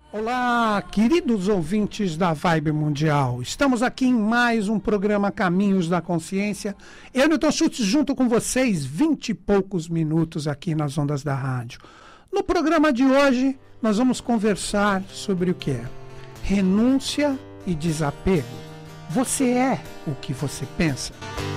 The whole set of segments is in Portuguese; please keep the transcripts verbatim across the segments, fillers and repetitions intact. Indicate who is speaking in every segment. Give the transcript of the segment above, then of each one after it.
Speaker 1: Olá, queridos ouvintes da Vibe Mundial. Estamos aqui em mais um programa Caminhos da Consciência. Eu, Newton Schultz, junto com vocês, vinte e poucos minutos aqui nas ondas da rádio. No programa de hoje, nós vamos conversar sobre o que é renúncia e desapego. Você é o que você pensa.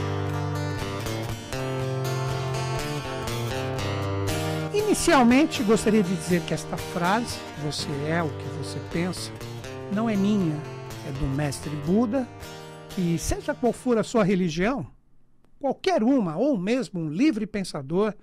Speaker 1: Inicialmente, gostaria de dizer que esta frase, você é o que você pensa, não é minha, é do mestre Buda, que seja qual for a sua religião, qualquer uma, ou mesmo um livre pensador,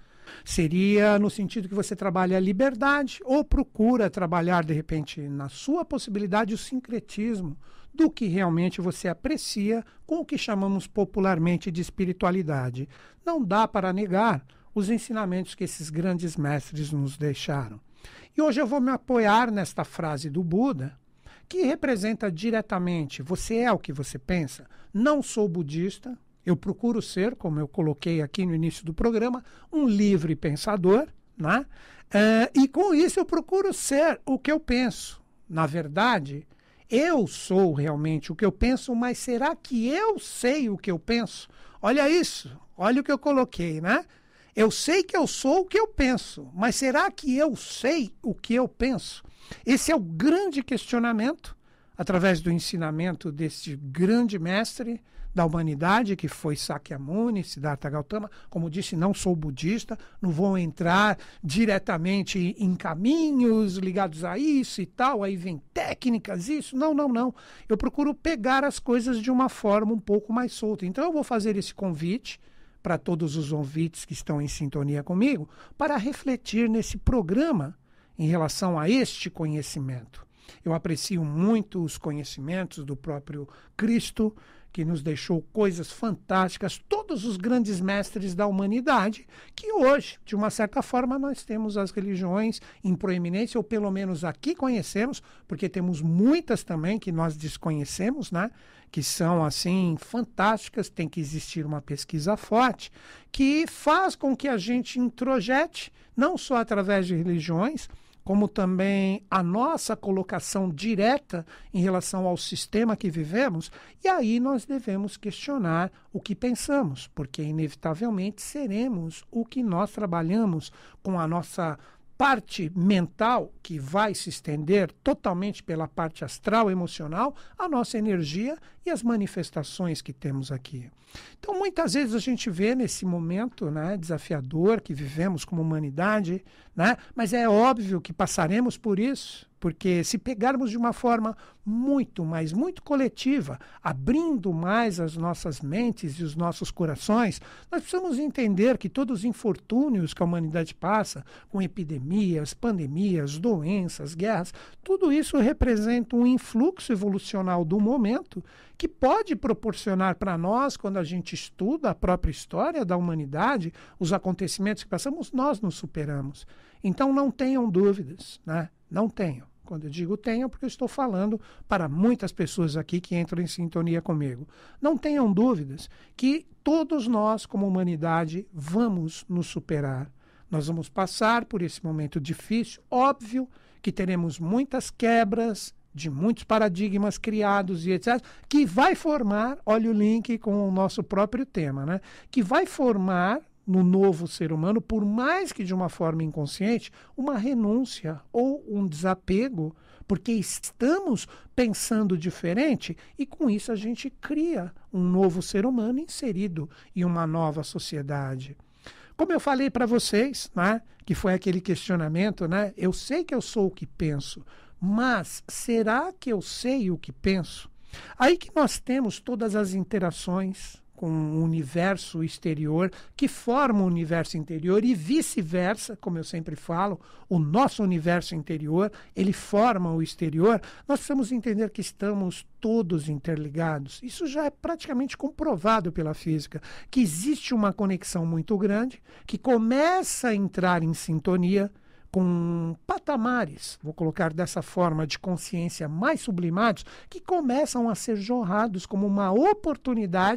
Speaker 1: seria no sentido que você trabalha a liberdade ou procura trabalhar, de repente, na sua possibilidade, o sincretismo do que realmente você aprecia com o que chamamos popularmente de espiritualidade. Não dá para negar os ensinamentos que esses grandes mestres nos deixaram. E hoje eu vou me apoiar nesta frase do Buda, que representa diretamente, você é o que você pensa. Não sou budista, eu procuro ser, como eu coloquei aqui no início do programa, um livre pensador, né? Uh, e com isso eu procuro ser o que eu penso. Na verdade, eu sou realmente o que eu penso, mas será que eu sei o que eu penso? Olha isso, olha o que eu coloquei, né? Eu sei que eu sou o que eu penso, mas será que eu sei o que eu penso? Esse é o grande questionamento, através do ensinamento desse grande mestre da humanidade, que foi Sakyamuni, Siddhartha Gautama. Como disse, não sou budista, não vou entrar diretamente em caminhos ligados a isso e tal, aí vem técnicas, isso. Não, não, não. Eu procuro pegar as coisas de uma forma um pouco mais solta. Então eu vou fazer esse convite para todos os ouvintes que estão em sintonia comigo, para refletir nesse programa em relação a este conhecimento. Eu aprecio muito os conhecimentos do próprio Cristo, que nos deixou coisas fantásticas, todos os grandes mestres da humanidade, que hoje, de uma certa forma, nós temos as religiões em proeminência, ou pelo menos aqui conhecemos, porque temos muitas também que nós desconhecemos, né? Que são, assim, fantásticas. Tem que existir uma pesquisa forte, que faz com que a gente introjete, não só através de religiões, como também a nossa colocação direta em relação ao sistema que vivemos, e aí nós devemos questionar o que pensamos, porque inevitavelmente seremos o que nós trabalhamos com a nossa parte mental, que vai se estender totalmente pela parte astral, emocional, a nossa energia e as manifestações que temos aqui. Então, muitas vezes a gente vê nesse momento, né, desafiador que vivemos como humanidade, né, mas é óbvio que passaremos por isso, porque se pegarmos de uma forma muito, mas muito coletiva, abrindo mais as nossas mentes e os nossos corações, nós precisamos entender que todos os infortúnios que a humanidade passa, com epidemias, pandemias, doenças, guerras, tudo isso representa um influxo evolucional do momento que pode proporcionar para nós, quando a gente estuda a própria história da humanidade, os acontecimentos que passamos, nós nos superamos. Então não tenham dúvidas, né? Não tenham. Quando eu digo tenham, porque eu estou falando para muitas pessoas aqui que entram em sintonia comigo. Não tenham dúvidas que todos nós, como humanidade, vamos nos superar. Nós vamos passar por esse momento difícil. Óbvio que teremos muitas quebras de muitos paradigmas criados e etcétera, que vai formar, olha o link com o nosso próprio tema, né? Que vai formar no novo ser humano, por mais que de uma forma inconsciente, uma renúncia ou um desapego, porque estamos pensando diferente e com isso a gente cria um novo ser humano inserido em uma nova sociedade. Como eu falei para vocês, né, que foi aquele questionamento, né, eu sei que eu sou o que penso, mas será que eu sei o que penso? Aí que nós temos todas as interações com o universo exterior, que forma o universo interior e vice-versa, como eu sempre falo, o nosso universo interior, ele forma o exterior. Nós precisamos entender que estamos todos interligados. Isso já é praticamente comprovado pela física, que existe uma conexão muito grande, que começa a entrar em sintonia com patamares, vou colocar dessa forma, de consciência mais sublimados, que começam a ser jorrados como uma oportunidade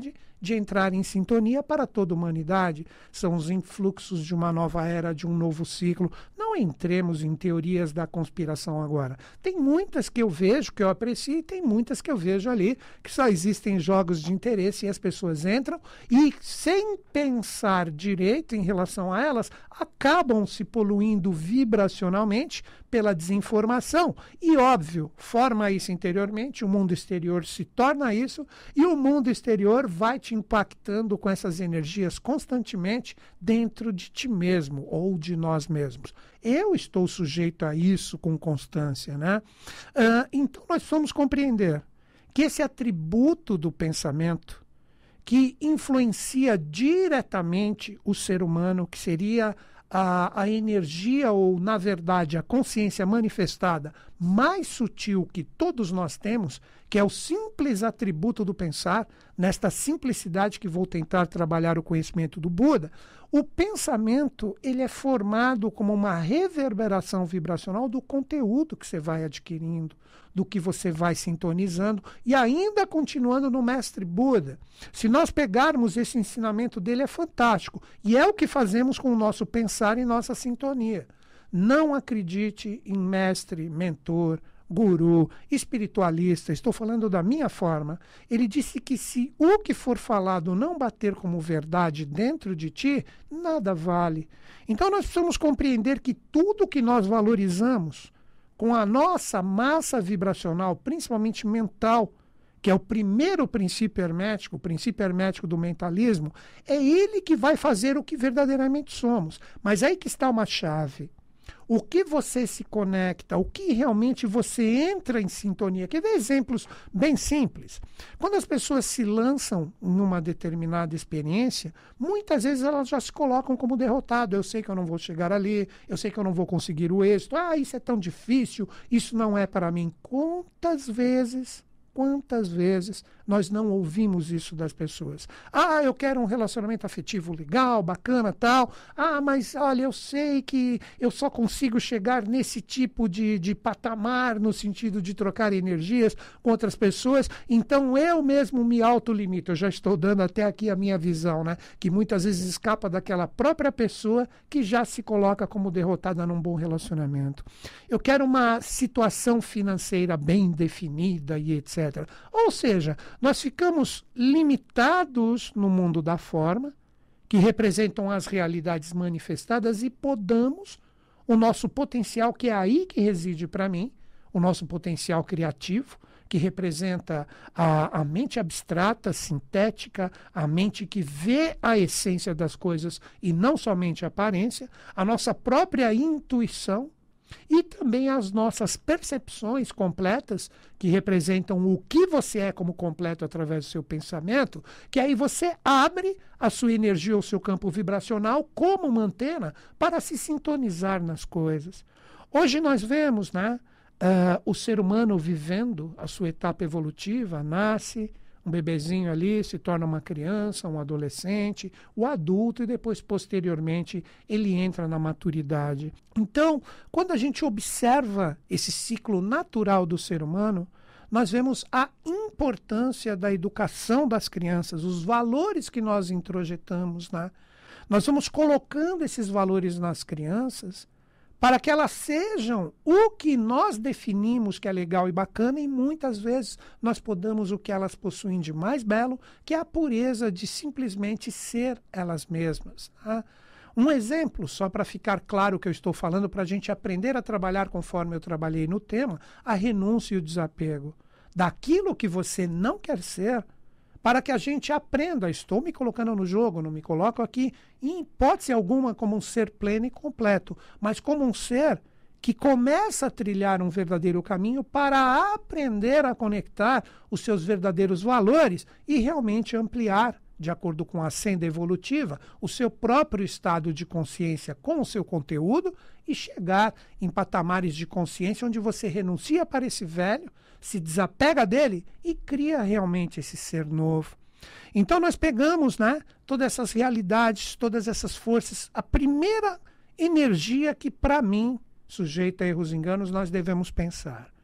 Speaker 1: de entrar em sintonia para toda a humanidade. São os influxos de uma nova era, de um novo ciclo. Não entremos em teorias da conspiração agora. Tem muitas que eu vejo, que eu aprecio, e tem muitas que eu vejo ali que só existem jogos de interesse e as pessoas entram e, sem pensar direito em relação a elas, acabam se poluindo vibracionalmente pela desinformação. E, óbvio, forma isso interiormente, o mundo exterior se torna isso, e o mundo exterior vai te impactando com essas energias constantemente dentro de ti mesmo ou de nós mesmos. Eu estou sujeito a isso com constância, né? Uh, então, nós precisamos compreender que esse atributo do pensamento que influencia diretamente o ser humano, que seria a, a energia ou, na verdade, a consciência manifestada mais sutil que todos nós temos, que é o simples atributo do pensar, nesta simplicidade que vou tentar trabalhar o conhecimento do Buda. O pensamento, ele é formado como uma reverberação vibracional do conteúdo que você vai adquirindo, do que você vai sintonizando, e ainda continuando no Mestre Buda. Se nós pegarmos esse ensinamento dele, é fantástico. E é o que fazemos com o nosso pensar e nossa sintonia. Não acredite em mestre, mentor, guru, espiritualista. Estou falando da minha forma. Ele disse que se o que for falado não bater como verdade dentro de ti, nada vale. Então nós precisamos compreender que tudo que nós valorizamos com a nossa massa vibracional, principalmente mental, que é o primeiro princípio hermético, o princípio hermético do mentalismo, é ele que vai fazer o que verdadeiramente somos. Mas aí que está uma chave. O que você se conecta, o que realmente você entra em sintonia. Quer ver exemplos bem simples? Quando as pessoas se lançam em uma determinada experiência, muitas vezes elas já se colocam como derrotado. Eu sei que eu não vou chegar ali, eu sei que eu não vou conseguir o êxito. Ah, isso é tão difícil, isso não é para mim. Quantas vezes... Quantas vezes nós não ouvimos isso das pessoas? Ah, eu quero um relacionamento afetivo legal, bacana, tal. Ah, mas olha, eu sei que eu só consigo chegar nesse tipo de, de patamar, no sentido de trocar energias com outras pessoas, então eu mesmo me autolimito. Eu já estou dando até aqui a minha visão, né? Que muitas vezes escapa daquela própria pessoa que já se coloca como derrotada num bom relacionamento. Eu quero uma situação financeira bem definida e etcétera. Ou seja, nós ficamos limitados no mundo da forma, que representam as realidades manifestadas, e podamos o nosso potencial, que é aí que reside para mim, o nosso potencial criativo, que representa a, a mente abstrata, sintética, a mente que vê a essência das coisas e não somente a aparência, a nossa própria intuição, e também as nossas percepções completas, que representam o que você é como completo através do seu pensamento, que aí você abre a sua energia, o seu campo vibracional como uma antena para se sintonizar nas coisas. Hoje nós vemos, né, uh, o ser humano vivendo a sua etapa evolutiva, nasce um bebezinho ali, se torna uma criança, um adolescente, o adulto, e depois, posteriormente, ele entra na maturidade. Então, quando a gente observa esse ciclo natural do ser humano, nós vemos a importância da educação das crianças, os valores que nós introjetamos, né? Nós vamos colocando esses valores nas crianças para que elas sejam o que nós definimos que é legal e bacana, e muitas vezes nós podamos o que elas possuem de mais belo, que é a pureza de simplesmente ser elas mesmas. Tá? Um exemplo, só para ficar claro o que eu estou falando, para a gente aprender a trabalhar conforme eu trabalhei no tema, a renúncia e o desapego. Daquilo que você não quer ser, para que a gente aprenda. Estou me colocando no jogo, não me coloco aqui em hipótese alguma como um ser pleno e completo, mas como um ser que começa a trilhar um verdadeiro caminho para aprender a conectar os seus verdadeiros valores e realmente ampliar, de acordo com a senda evolutiva, o seu próprio estado de consciência com o seu conteúdo e chegar em patamares de consciência onde você renuncia para esse velho, se desapega dele e cria realmente esse ser novo. Então nós pegamos, né, todas essas realidades, todas essas forças. A primeira energia que, para mim, sujeita a erros e enganos, nós devemos pensar,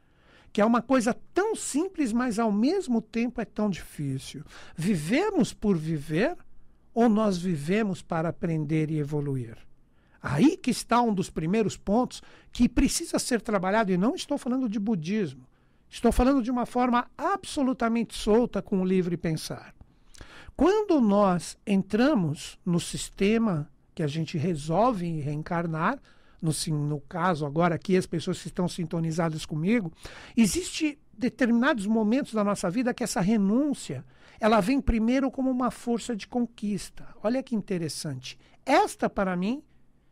Speaker 1: que é uma coisa tão simples, mas ao mesmo tempo é tão difícil. Vivemos por viver ou nós vivemos para aprender e evoluir? Aí que está um dos primeiros pontos que precisa ser trabalhado, e não estou falando de budismo. Estou falando de uma forma absolutamente solta com o livre pensar. Quando nós entramos no sistema que a gente resolve reencarnar, no, no caso agora aqui as pessoas que estão sintonizadas comigo, existe determinados momentos da nossa vida que essa renúncia, ela vem primeiro como uma força de conquista. Olha que interessante. Esta, para mim,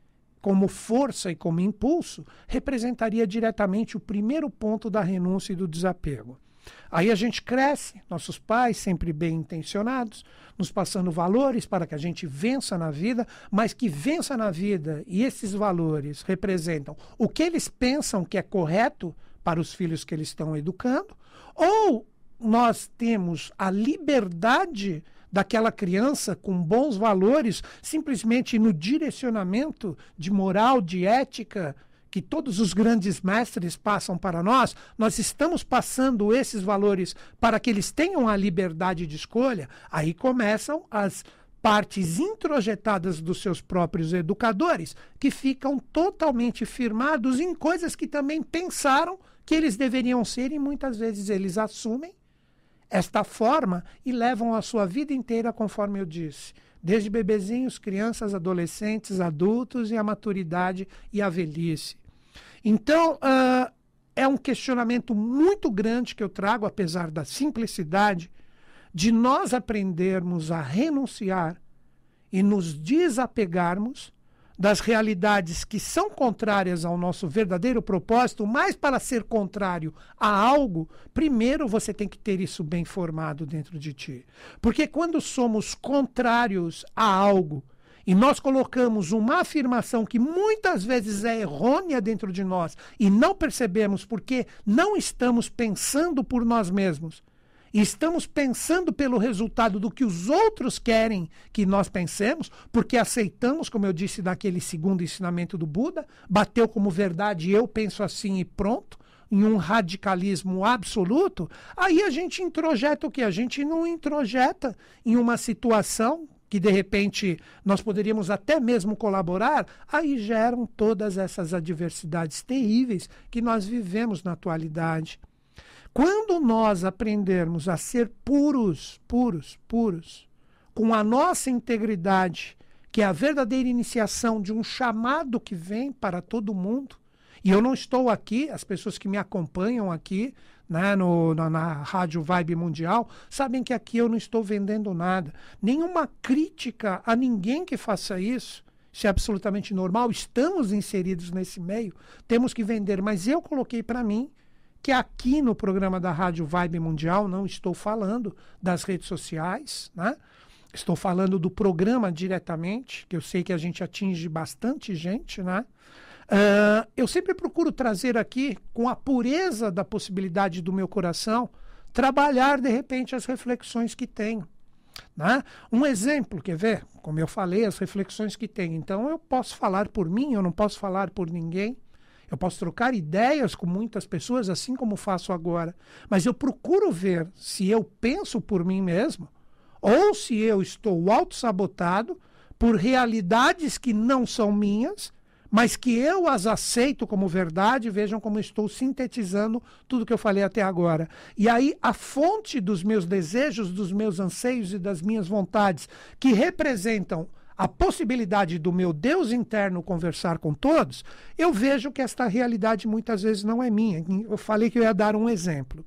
Speaker 1: como força e como impulso, representaria diretamente o primeiro ponto da renúncia e do desapego. Aí a gente cresce, nossos pais sempre bem intencionados, nos passando valores para que a gente vença na vida, mas que vença na vida e esses valores representam o que eles pensam que é correto para os filhos que eles estão educando, ou nós temos a liberdade daquela criança com bons valores, simplesmente no direcionamento de moral, de ética, que todos os grandes mestres passam para nós, nós estamos passando esses valores para que eles tenham a liberdade de escolha. Aí começam as partes introjetadas dos seus próprios educadores, que ficam totalmente firmados em coisas que também pensaram que eles deveriam ser, e muitas vezes eles assumem esta forma e levam a sua vida inteira, conforme eu disse, desde bebezinhos, crianças, adolescentes, adultos e a maturidade e a velhice. Então, uh, é um questionamento muito grande que eu trago, apesar da simplicidade, de nós aprendermos a renunciar e nos desapegarmos das realidades que são contrárias ao nosso verdadeiro propósito, mas para ser contrário a algo, primeiro você tem que ter isso bem formado dentro de ti. Porque quando somos contrários a algo, e nós colocamos uma afirmação que muitas vezes é errônea dentro de nós, e não percebemos porque não estamos pensando por nós mesmos, e estamos pensando pelo resultado do que os outros querem que nós pensemos, porque aceitamos, como eu disse naquele segundo ensinamento do Buda, bateu como verdade, eu penso assim e pronto, em um radicalismo absoluto, aí a gente introjeta o que? A gente não introjeta em uma situação que de repente nós poderíamos até mesmo colaborar, aí geram todas essas adversidades terríveis que nós vivemos na atualidade. Quando nós aprendermos a ser puros, puros, puros, com a nossa integridade, que é a verdadeira iniciação de um chamado que vem para todo mundo, e eu não estou aqui, as pessoas que me acompanham aqui, né, no, na, na Rádio Vibe Mundial, sabem que aqui eu não estou vendendo nada. Nenhuma crítica a ninguém que faça isso. Isso é absolutamente normal, estamos inseridos nesse meio, temos que vender. Mas eu coloquei para mim que aqui no programa da Rádio Vibe Mundial, não estou falando das redes sociais, né? Estou falando do programa diretamente, que eu sei que a gente atinge bastante gente, né? Uh, eu sempre procuro trazer aqui, com a pureza da possibilidade do meu coração, trabalhar de repente as reflexões que tenho, né? Um exemplo, quer ver? Como eu falei, as reflexões que tenho. Então eu posso falar por mim, eu não posso falar por ninguém. Eu posso trocar ideias com muitas pessoas, assim como faço agora. Mas eu procuro ver se eu penso por mim mesmo ou se eu estou autossabotado por realidades que não são minhas, mas que eu as aceito como verdade. Vejam como estou sintetizando tudo que eu falei até agora. E aí a fonte dos meus desejos, dos meus anseios e das minhas vontades, que representam a possibilidade do meu Deus interno conversar com todos, eu vejo que esta realidade muitas vezes não é minha. Eu falei que eu ia dar um exemplo.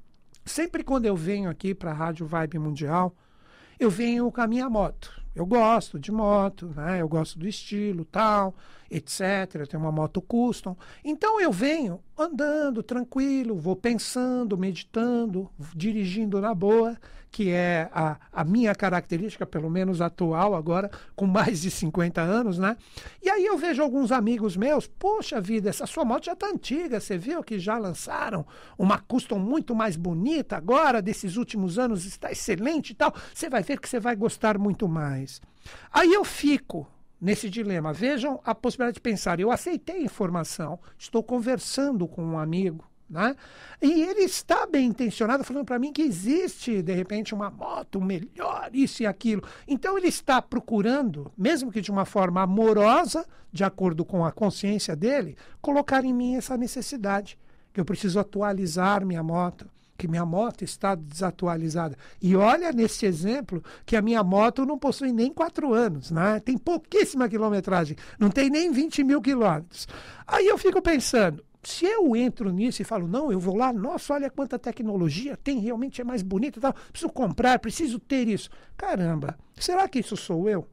Speaker 1: Sempre quando eu venho aqui para a Rádio Vibe Mundial, eu venho com a minha moto. Eu gosto de moto, né? Eu gosto do estilo, tal, etcétera. Eu tenho uma moto custom. Então eu venho andando tranquilo, vou pensando, meditando, dirigindo na boa, que é a, a minha característica, pelo menos atual agora, com mais de cinquenta anos, né? E aí eu vejo alguns amigos meus, poxa vida, essa sua moto já está antiga, você viu que já lançaram uma custom muito mais bonita agora, desses últimos anos, está excelente e tal, você vai ver que você vai gostar muito mais. Aí eu fico nesse dilema. Vejam a possibilidade de pensar, eu aceitei a informação, estou conversando com um amigo, né? E ele está bem intencionado, falando para mim que existe, de repente, uma moto melhor, isso e aquilo. Então ele está procurando, mesmo que de uma forma amorosa, de acordo com a consciência dele, colocar em mim essa necessidade, que eu preciso atualizar minha moto, que minha moto está desatualizada. E olha nesse exemplo que a minha moto não possui nem quatro anos, né? Tem pouquíssima quilometragem, não tem nem vinte mil quilômetros. Aí eu fico pensando, se eu entro nisso e falo, não, eu vou lá, nossa, olha quanta tecnologia tem, realmente é mais bonito, tal, preciso comprar, preciso ter isso. Caramba, será que isso sou eu?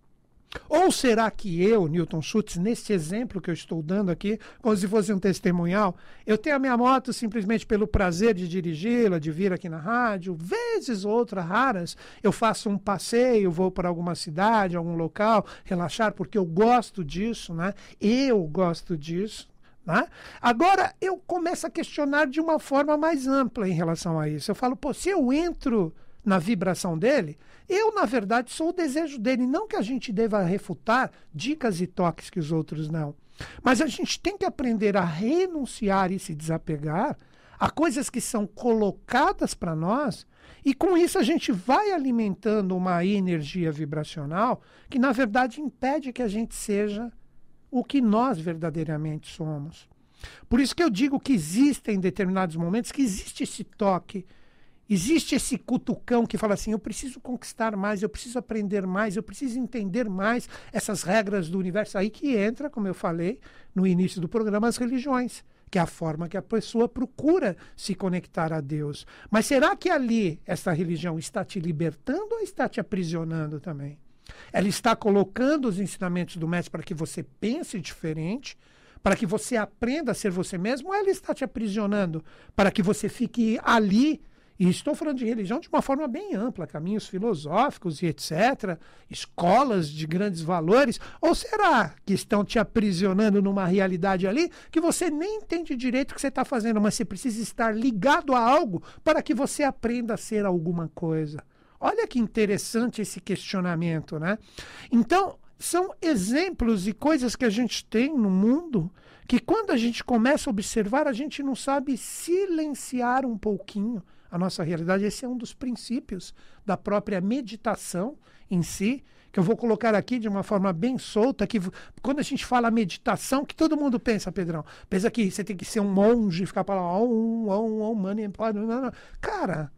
Speaker 1: Ou será que eu, Newton Schultz, nesse exemplo que eu estou dando aqui, como se fosse um testemunhal, eu tenho a minha moto simplesmente pelo prazer de dirigi-la, de vir aqui na rádio, vezes ou outras raras, eu faço um passeio, vou para alguma cidade, algum local, relaxar, porque eu gosto disso, né? Eu gosto disso. Né? Agora, eu começo a questionar de uma forma mais ampla em relação a isso. Eu falo, pô, se eu entro na vibração dele, eu, na verdade, sou o desejo dele. Não que a gente deva refutar dicas e toques que os outros não. Mas a gente tem que aprender a renunciar e se desapegar a coisas que são colocadas para nós, e com isso a gente vai alimentando uma energia vibracional que, na verdade, impede que a gente seja o que nós verdadeiramente somos. Por isso que eu digo que existem determinados momentos que existe esse toque, existe esse cutucão que fala assim, eu preciso conquistar mais, eu preciso aprender mais, eu preciso entender mais essas regras do universo. Aí que entra, como eu falei no início do programa, as religiões, que é a forma que a pessoa procura se conectar a Deus. Mas será que ali essa religião está te libertando ou está te aprisionando também? Ela está colocando os ensinamentos do mestre para que você pense diferente, para que você aprenda a ser você mesmo, ou ela está te aprisionando para que você fique ali? E estou falando de religião de uma forma bem ampla, caminhos filosóficos e etcétera, escolas de grandes valores. Ou será que estão te aprisionando numa realidade ali que você nem entende direito o que você está fazendo, mas você precisa estar ligado a algo para que você aprenda a ser alguma coisa? Olha que interessante esse questionamento, né? Então, são exemplos e coisas que a gente tem no mundo que, quando a gente começa a observar, a gente não sabe silenciar um pouquinho a nossa realidade. Esse é um dos princípios da própria meditação em si, que eu vou colocar aqui de uma forma bem solta, que quando a gente fala meditação, que todo mundo pensa, Pedrão, pensa que você tem que ser um monge, ficar para lá, um, um, um, money, não, não. Cara,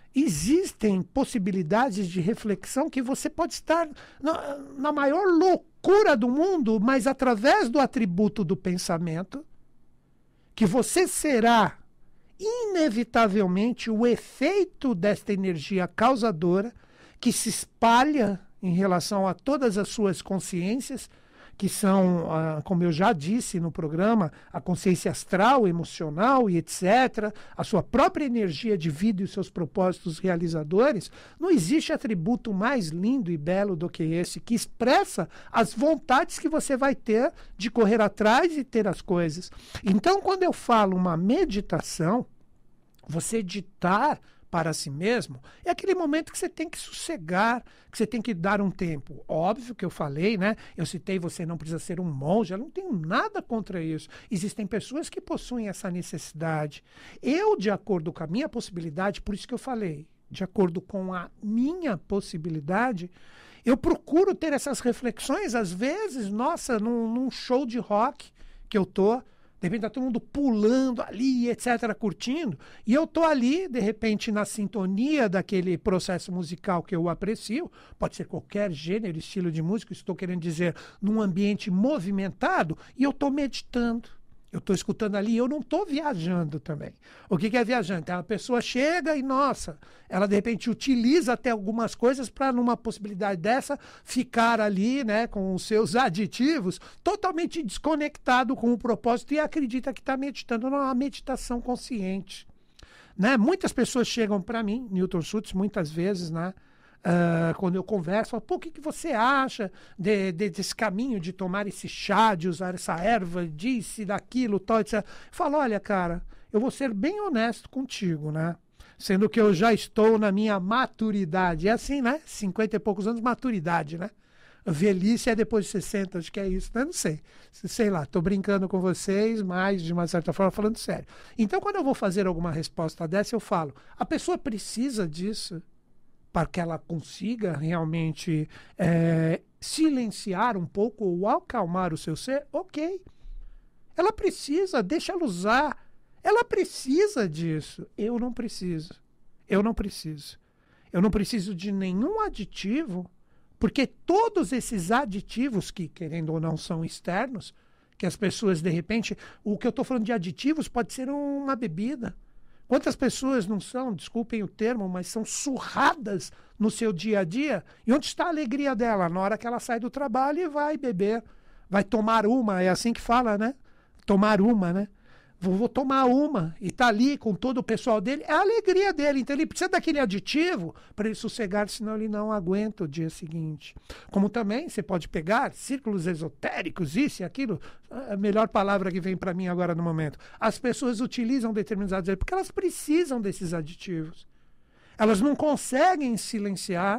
Speaker 1: existem possibilidades de reflexão que você pode estar na, na maior loucura do mundo, mas através do atributo do pensamento, que você será inevitavelmente o efeito desta energia causadora que se espalha em relação a todas as suas consciências, que são, ah, como eu já disse no programa, a consciência astral, emocional e etcétera, a sua própria energia de vida e os seus propósitos realizadores. Não existe atributo mais lindo e belo do que esse, que expressa as vontades que você vai ter de correr atrás e ter as coisas. Então, quando eu falo uma meditação, você ditar para si mesmo, é aquele momento que você tem que sossegar, que você tem que dar um tempo. Óbvio que eu falei, né? Eu citei, você não precisa ser um monge, eu não tenho nada contra isso. Existem pessoas que possuem essa necessidade. Eu, de acordo com a minha possibilidade, por isso que eu falei, de acordo com a minha possibilidade, eu procuro ter essas reflexões, às vezes, nossa, num, num show de rock que eu tô, de repente está todo mundo pulando ali, etcétera, curtindo. E eu estou ali, de repente, na sintonia daquele processo musical que eu aprecio. Pode ser qualquer gênero, estilo de música, estou querendo dizer, num ambiente movimentado, e eu estou meditando. Eu estou escutando ali, eu não estou viajando também. O que, que é viajando? Então, a pessoa chega e, nossa, ela de repente utiliza até algumas coisas para, numa possibilidade dessa, ficar ali, né, com os seus aditivos, totalmente desconectado com o propósito e acredita que está meditando. Não é uma meditação consciente. Né? Muitas pessoas chegam para mim, Newton Schultz, muitas vezes, né? Uh, quando eu converso, falo, pô, o que, que você acha de, de, desse caminho de tomar esse chá, de usar essa erva, disso, daquilo, tal, etcétera. Eu falo, olha, cara, eu vou ser bem honesto contigo, né? Sendo que eu já estou na minha maturidade. É assim, né? cinquenta e poucos anos, maturidade, né? velhice é depois de sessenta, acho que é isso, né? Não sei. Sei lá, estou brincando com vocês, mas de uma certa forma falando sério. Então, quando eu vou fazer alguma resposta dessa, eu falo, a pessoa precisa disso para que ela consiga realmente é, silenciar um pouco ou acalmar o seu ser? Ok. Ela precisa, deixa ela usar. Ela precisa disso. Eu não preciso. Eu não preciso. Eu não preciso de nenhum aditivo, porque todos esses aditivos que, querendo ou não, são externos, que as pessoas, de repente, o que eu estou falando de aditivos pode ser uma bebida. Quantas pessoas não são, desculpem o termo, mas são surradas no seu dia a dia? E onde está a alegria dela? Na hora que ela sai do trabalho e vai beber, vai tomar uma, é assim que fala, né? Tomar uma, né? Vou, vou tomar uma e tá ali com todo o pessoal dele, é a alegria dele. Então ele precisa daquele aditivo para ele sossegar, senão ele não aguenta o dia seguinte. Como também você pode pegar círculos esotéricos, isso e aquilo, a melhor palavra que vem para mim agora no momento. As pessoas utilizam determinados aditivos porque elas precisam desses aditivos. Elas não conseguem silenciar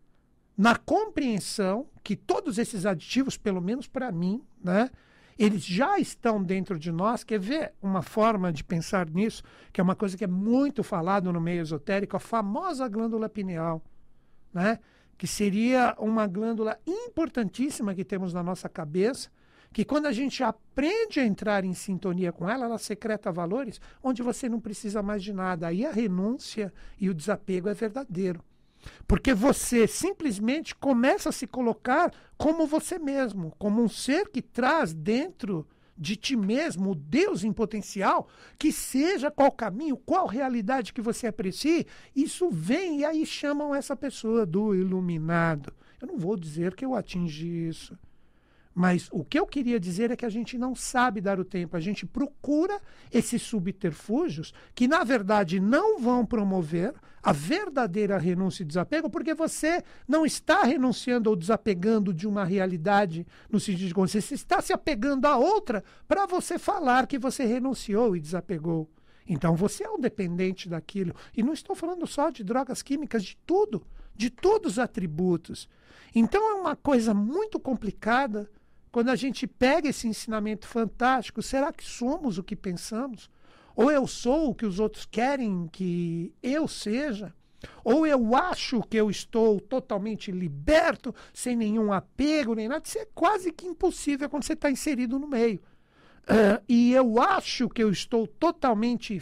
Speaker 1: na compreensão que todos esses aditivos, pelo menos para mim, né? Eles já estão dentro de nós. Quer ver uma forma de pensar nisso, que é uma coisa que é muito falado no meio esotérico, a famosa glândula pineal, né? Que seria uma glândula importantíssima que temos na nossa cabeça, que quando a gente aprende a entrar em sintonia com ela, ela secreta valores onde você não precisa mais de nada. Aí a renúncia e o desapego é verdadeiro. Porque você simplesmente começa a se colocar como você mesmo, como um ser que traz dentro de ti mesmo o Deus em potencial, que seja qual caminho, qual realidade que você aprecie, isso vem e aí chamam essa pessoa do iluminado. Eu não vou dizer que eu atingi isso. Mas o que eu queria dizer é que a gente não sabe dar o tempo, a gente procura esses subterfúgios que, na verdade, não vão promover a verdadeira renúncia e desapego, porque você não está renunciando ou desapegando de uma realidade no sentido de consciência, você está se apegando a outra para você falar que você renunciou e desapegou. Então você é um dependente daquilo. E não estou falando só de drogas químicas, de tudo, de todos os atributos. Então é uma coisa muito complicada. Quando a gente pega esse ensinamento fantástico, será que somos o que pensamos? Ou eu sou o que os outros querem que eu seja? Ou eu acho que eu estou totalmente liberto, sem nenhum apego, nem nada? Isso é quase que impossível quando você está inserido no meio. Uh, e eu acho que eu estou totalmente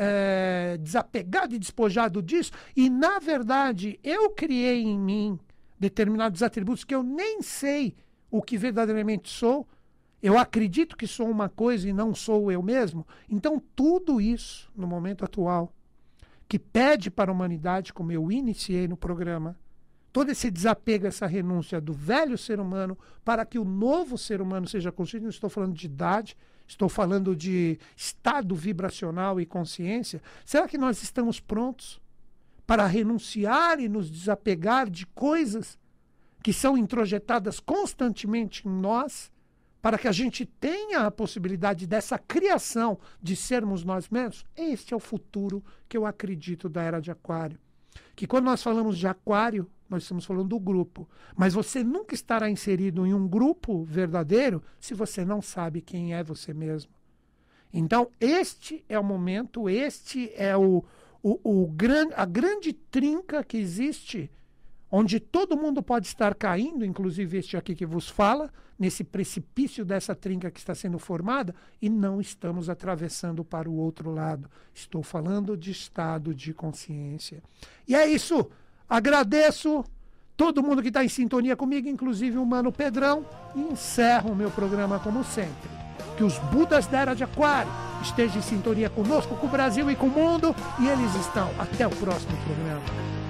Speaker 1: uh, desapegado e despojado disso, e, na verdade, eu criei em mim determinados atributos que eu nem sei o que verdadeiramente sou, eu acredito que sou uma coisa e não sou eu mesmo. Então, tudo isso, no momento atual, que pede para a humanidade, como eu iniciei no programa, todo esse desapego, essa renúncia do velho ser humano para que o novo ser humano seja consciente, não estou falando de idade, estou falando de estado vibracional e consciência. Será que nós estamos prontos para renunciar e nos desapegar de coisas que são introjetadas constantemente em nós, para que a gente tenha a possibilidade dessa criação de sermos nós mesmos? Este é o futuro que eu acredito da Era de Aquário. Que quando nós falamos de Aquário, nós estamos falando do grupo. Mas você nunca estará inserido em um grupo verdadeiro se você não sabe quem é você mesmo. Então, este é o momento, este é o, o, o gran, a grande trinca que existe, onde todo mundo pode estar caindo, inclusive este aqui que vos fala, nesse precipício dessa trinca que está sendo formada, e não estamos atravessando para o outro lado. Estou falando de estado de consciência. E é isso. Agradeço todo mundo que está em sintonia comigo, inclusive o Mano Pedrão, e encerro o meu programa como sempre. Que os Budas da Era de Aquário estejam em sintonia conosco, com o Brasil e com o mundo, e eles estão. Até o próximo programa.